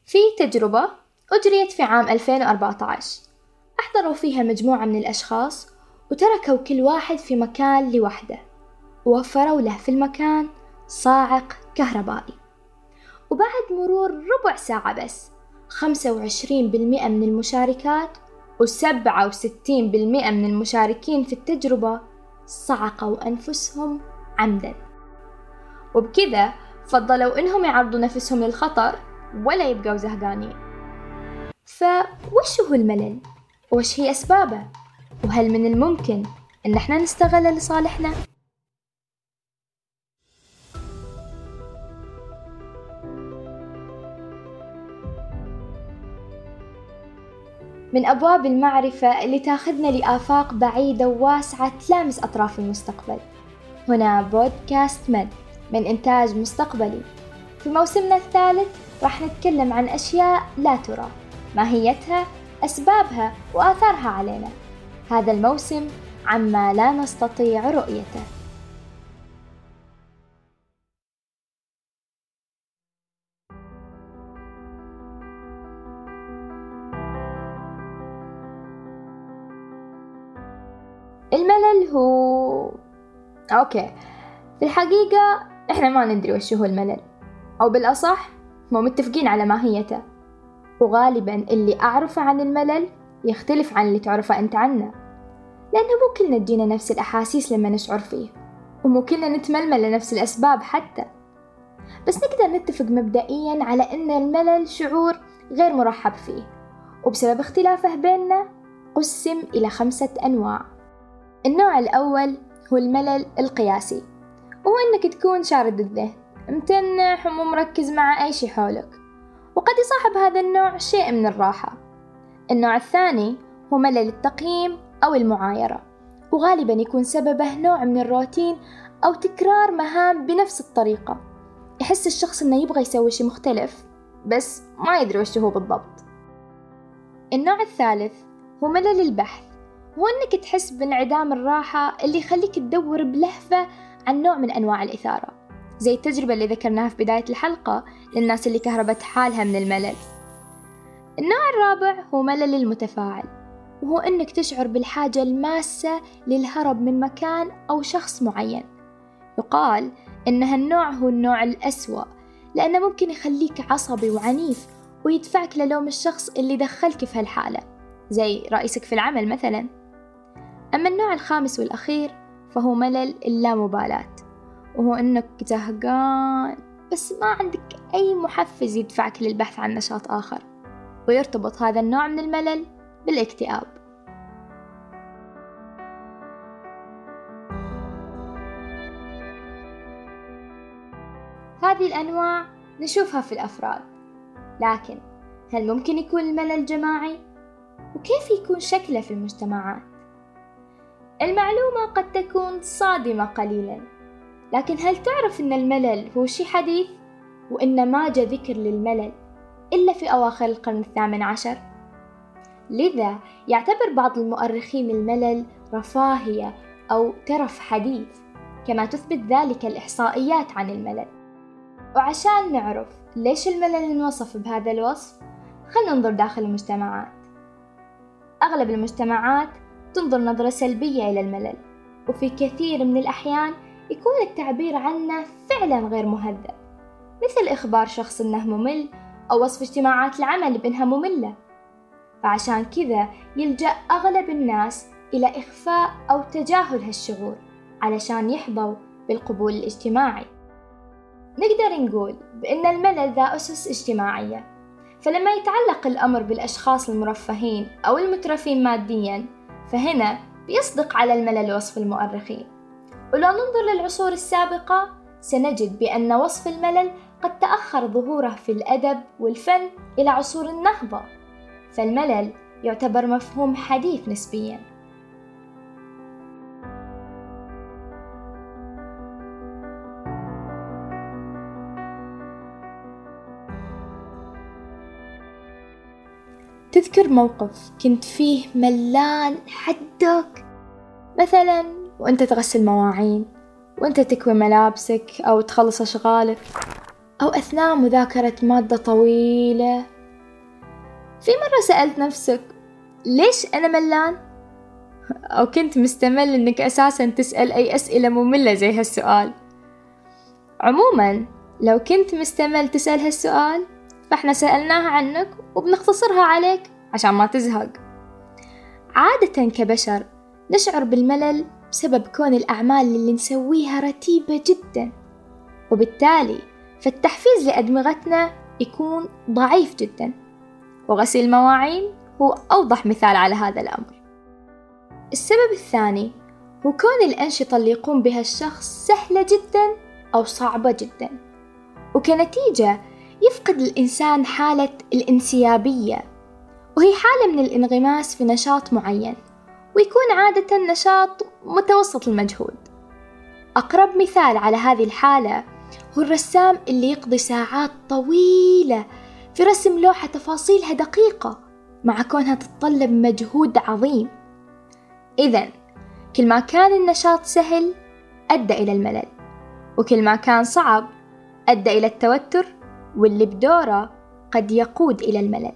في تجربة أجريت في عام 2014 أحضروا فيها مجموعة من الأشخاص وتركوا كل واحد في مكان لوحده، ووفروا له في المكان صاعق كهربائي. وبعد مرور ربع ساعة بس 25% من المشاركات و67% من المشاركين في التجربة صعقوا أنفسهم عمدا، وبكذا فضلوا إنهم يعرضوا نفسهم للخطر ولا يبقوا زهقانين. فوش هو الملل؟ وش هي أسبابه؟ وهل من الممكن إن احنا نستغله لصالحنا؟ من أبواب المعرفة اللي تاخذنا لآفاق بعيدة وواسعة تلامس أطراف المستقبل. هنا بودكاست مد من إنتاج مستقبلي. في موسمنا الثالث راح نتكلم عن أشياء لا ترى، ماهيتها، أسبابها وآثارها علينا. هذا الموسم عما لا نستطيع رؤيته. الملل هو في الحقيقة إحنا ما ندري وش هو الملل، أو بالأصح مو متفقين على ماهيته. وغالبا اللي أعرفه عن الملل يختلف عن اللي تعرفه أنت عنه، لأنه مو كلنا تجينا نفس الأحاسيس لما نشعر فيه، ومو كلنا نتململ لنفس الأسباب حتى. بس نقدر نتفق مبدئيا على أن الملل شعور غير مرحب فيه، وبسبب اختلافه بيننا قسم إلى 5 أنواع. النوع الأول هو الملل القياسي، وهو أنك تكون شارد الذهن، متنح ومو مركز مع أي شيء حولك، وقد يصاحب هذا النوع شيء من الراحة. النوع الثاني هو ملل التقييم أو المعايرة، وغالبا يكون سببه نوع من الروتين أو تكرار مهام بنفس الطريقة. يحس الشخص أنه يبغى يسوي شيء مختلف بس ما يدري وش هو بالضبط. النوع الثالث هو ملل البحث، هو أنك تحس بانعدام الراحة اللي يخليك تدور بلهفة عن نوع من أنواع الإثارة، زي التجربة اللي ذكرناها في بداية الحلقة للناس اللي كهربت حالها من الملل. النوع الرابع هو ملل المتفاعل، وهو أنك تشعر بالحاجة الماسة للهرب من مكان أو شخص معين. يقال إن هالنوع هو النوع الأسوأ، لأنه ممكن يخليك عصبي وعنيف ويدفعك للوم الشخص اللي دخلك في هالحالة، زي رئيسك في العمل مثلا. أما النوع الخامس والأخير فهو ملل اللامبالاة، وهو أنك زهقان بس ما عندك أي محفز يدفعك للبحث عن نشاط آخر، ويرتبط هذا النوع من الملل بالاكتئاب. هذه الأنواع نشوفها في الأفراد، لكن هل ممكن يكون الملل جماعي؟ وكيف يكون شكله في المجتمعات؟ المعلومة قد تكون صادمة قليلا، لكن هل تعرف أن الملل هو شيء حديث؟ وإن ما جاء ذكر للملل إلا في أواخر القرن 18؟ لذا يعتبر بعض المؤرخين الملل رفاهية أو ترف حديث، كما تثبت ذلك الإحصائيات عن الملل. وعشان نعرف ليش الملل انوصف بهذا الوصف، خلنا ننظر داخل المجتمعات. أغلب المجتمعات تنظر نظرة سلبية إلى الملل، وفي كثير من الأحيان يكون التعبير عنه فعلا غير مهذب، مثل إخبار شخص إنه ممل أو وصف اجتماعات العمل بأنها مملة. فعشان كذا يلجأ أغلب الناس إلى إخفاء أو تجاهل هالشعور علشان يحظوا بالقبول الاجتماعي. نقدر نقول بأن الملل ذا أسس اجتماعية، فلما يتعلق الأمر بالأشخاص المرفهين أو المترفين ماديا فهنا بيصدق على الملل وصف المؤرخين. ولو ننظر للعصور السابقة سنجد بأن وصف الملل قد تأخر ظهوره في الأدب والفن إلى عصور النهضة، فالملل يعتبر مفهوم حديث نسبيا. تذكر موقف كنت فيه ملان حدك، مثلا وانت تغسل مواعين، وانت تكوي ملابسك أو تخلص أشغالك، أو أثناء مذاكرة مادة طويلة في مرة سألت نفسك ليش أنا ملان؟ أو كنت مستمل إنك أساساً تسأل أي أسئلة مملة زي هالسؤال؟ عموماً لو كنت مستمل تسأل هالسؤال فإحنا سألناها عنك وبنختصرها عليك عشان ما تزهق. عادة كبشر نشعر بالملل بسبب كون الأعمال اللي نسويها رتيبة جدا، وبالتالي فالتحفيز لأدمغتنا يكون ضعيف جدا، وغسيل المواعين هو أوضح مثال على هذا الأمر. السبب الثاني هو كون الأنشطة اللي يقوم بها الشخص سهلة جدا أو صعبة جدا، وكنتيجة يفقد الإنسان حالة الانسيابية، وهي حالة من الانغماس في نشاط معين، ويكون عادة نشاط متوسط المجهود. أقرب مثال على هذه الحالة هو الرسام اللي يقضي ساعات طويلة في رسم لوحة تفاصيلها دقيقة مع كونها تتطلب مجهود عظيم. إذن كل ما كان النشاط سهل أدى إلى الملل، وكل ما كان صعب أدى إلى التوتر، واللي بدوره قد يقود إلى الملل.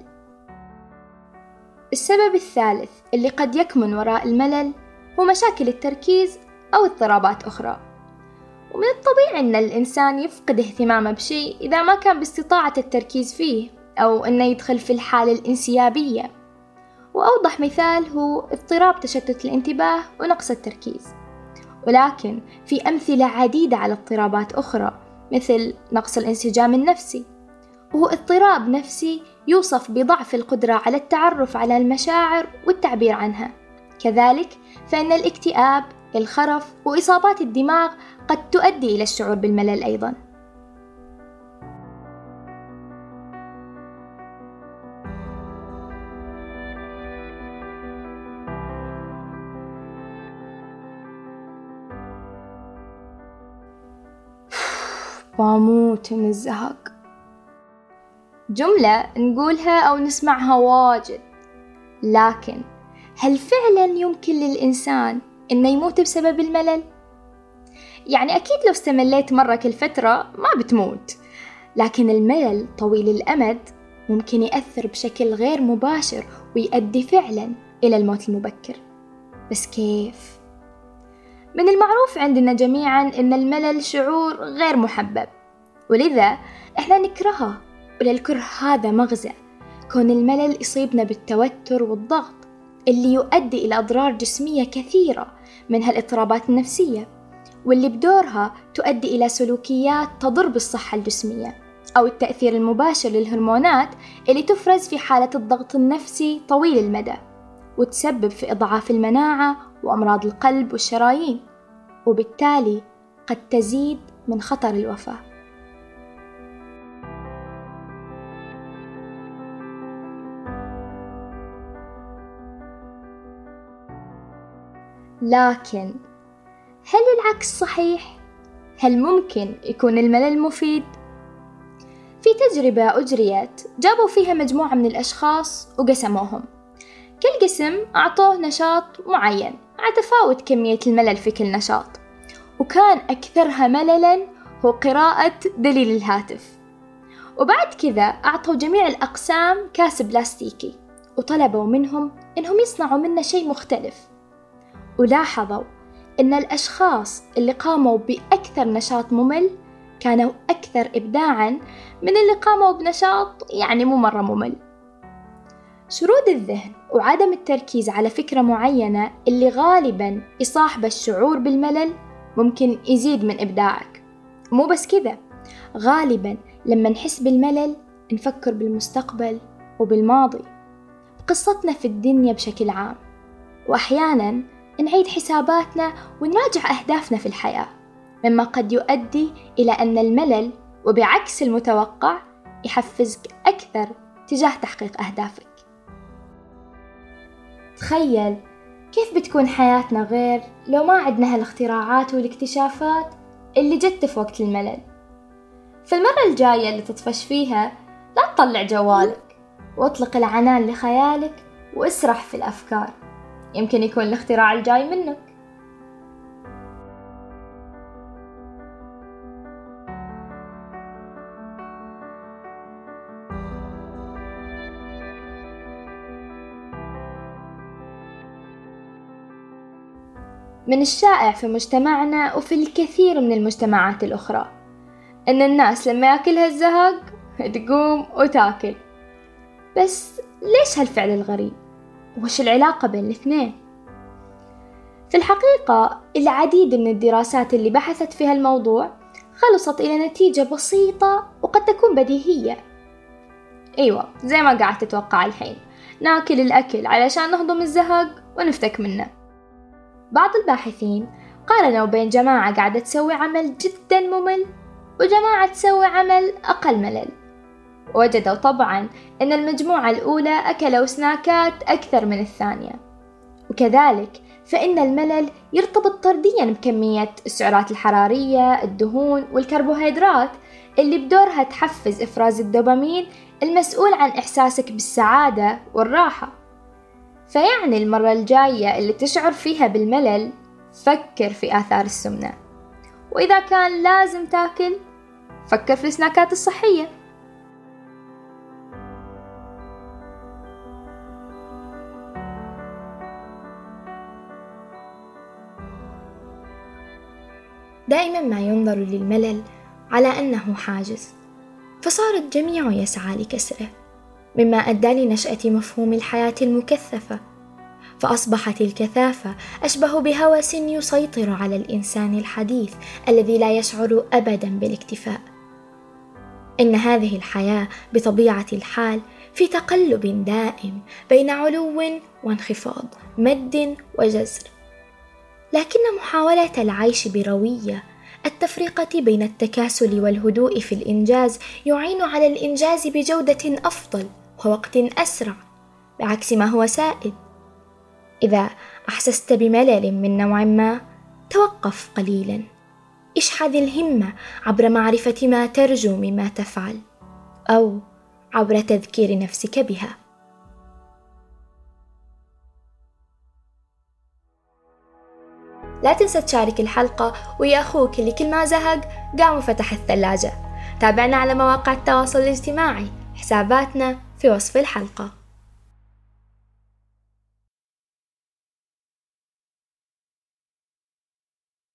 السبب الثالث اللي قد يكمن وراء الملل هو مشاكل التركيز أو اضطرابات أخرى. ومن الطبيعي أن الإنسان يفقد اهتمامه بشيء إذا ما كان باستطاعة التركيز فيه، أو أنه يدخل في الحالة الانسيابية. وأوضح مثال هو اضطراب تشتت الانتباه ونقص التركيز. ولكن في أمثلة عديدة على اضطرابات أخرى مثل نقص الانسجام النفسي، وهو اضطراب نفسي يوصف بضعف القدرة على التعرف على المشاعر والتعبير عنها. كذلك فإن الاكتئاب، الخرف، وإصابات الدماغ قد تؤدي إلى الشعور بالملل أيضا. بموت من الزهق. جملة نقولها أو نسمعها واجد، لكن هل فعلا يمكن للإنسان إنه يموت بسبب الملل؟ يعني أكيد لو استمليت مرة كل فترة ما بتموت، لكن الملل طويل الأمد ممكن يأثر بشكل غير مباشر ويؤدي فعلا إلى الموت المبكر. بس كيف؟ من المعروف عندنا جميعا إن الملل شعور غير محبب، ولذا إحنا نكرهه، وللكره هذا مغزى. كون الملل يصيبنا بالتوتر والضغط اللي يؤدي إلى أضرار جسمية كثيرة، منها الاضطرابات النفسية، واللي بدورها تؤدي إلى سلوكيات تضر بالصحة الجسمية، أو التأثير المباشر للهرمونات اللي تفرز في حالة الضغط النفسي طويل المدى، وتسبب في إضعاف المناعة وأمراض القلب والشرايين، وبالتالي قد تزيد من خطر الوفاة. لكن هل العكس صحيح؟ هل ممكن يكون الملل مفيد؟ في تجربة أجريت جابوا فيها مجموعة من الأشخاص وقسموهم، كل قسم أعطوه نشاط معين مع تفاوت كمية الملل في كل نشاط، وكان أكثرها مللاً هو قراءة دليل الهاتف. وبعد كذا أعطوا جميع الأقسام كاس بلاستيكي وطلبوا منهم إنهم يصنعوا منه شيء مختلف، ولاحظوا إن الأشخاص اللي قاموا بأكثر نشاط ممل كانوا أكثر إبداعاً من اللي قاموا بنشاط يعني مو مرة ممل. شرود الذهن وعدم التركيز على فكرة معينة اللي غالباً يصاحب الشعور بالملل ممكن يزيد من إبداعك. مو بس كذا، غالباً لما نحس بالملل نفكر بالمستقبل وبالماضي، قصتنا في الدنيا بشكل عام، وأحياناً نعيد حساباتنا ونراجع أهدافنا في الحياة، مما قد يؤدي إلى أن الملل وبعكس المتوقع يحفزك أكثر تجاه تحقيق أهدافك. تخيل كيف بتكون حياتنا غير لو ما عندنا هالاختراعات والاكتشافات اللي جت في وقت الملل. فالمرة الجاية اللي تطفش فيها لا تطلع جوالك، واطلق العنان لخيالك واسرح في الأفكار، يمكن يكون الاختراع الجاي منك. من الشائع في مجتمعنا وفي الكثير من المجتمعات الأخرى إن الناس لما يأكلها الزهق تقوم وتاكل. بس ليش هالفعل الغريب؟ وش العلاقة بين الاثنين؟ في الحقيقة العديد من الدراسات اللي بحثت في هالموضوع خلصت إلى نتيجة بسيطة وقد تكون بديهية. أيوة، زي ما قاعد تتوقع الحين، ناكل الأكل علشان نهضم الزهق ونفتك منه. بعض الباحثين قارنوا بين جماعة قاعدة تسوي عمل جدا ممل وجماعة تسوي عمل أقل ملل، وجدوا طبعا أن المجموعة الأولى أكلوا سناكات أكثر من الثانية. وكذلك فإن الملل يرتبط طرديا بكمية السعرات الحرارية، الدهون والكربوهيدرات اللي بدورها تحفز إفراز الدوبامين المسؤول عن إحساسك بالسعادة والراحة. فيعني المرة الجاية اللي تشعر فيها بالملل فكر في آثار السمنة، وإذا كان لازم تاكل فكر في السناكات الصحية. دائما ما ينظر للملل على أنه حاجز، فصار الجميع يسعى لكسره، مما أدى لنشأة مفهوم الحياة المكثفة، فأصبحت الكثافة أشبه بهوس يسيطر على الإنسان الحديث الذي لا يشعر أبدا بالاكتفاء. إن هذه الحياة بطبيعة الحال في تقلب دائم بين علو وانخفاض، مد وجزر، لكن محاولة العيش بروية التفرقة بين التكاسل والهدوء في الإنجاز يعين على الإنجاز بجودة أفضل ووقت أسرع، بعكس ما هو سائد. إذا أحسست بملل من نوع ما توقف قليلا، اشحذ الهمة عبر معرفة ما ترجو مما تفعل أو عبر تذكير نفسك بها. لا تنسى تشارك الحلقة ويا أخوك اللي كل ما زهق قام وفتح الثلاجة. تابعنا على مواقع التواصل الاجتماعي، حساباتنا في وصف الحلقة.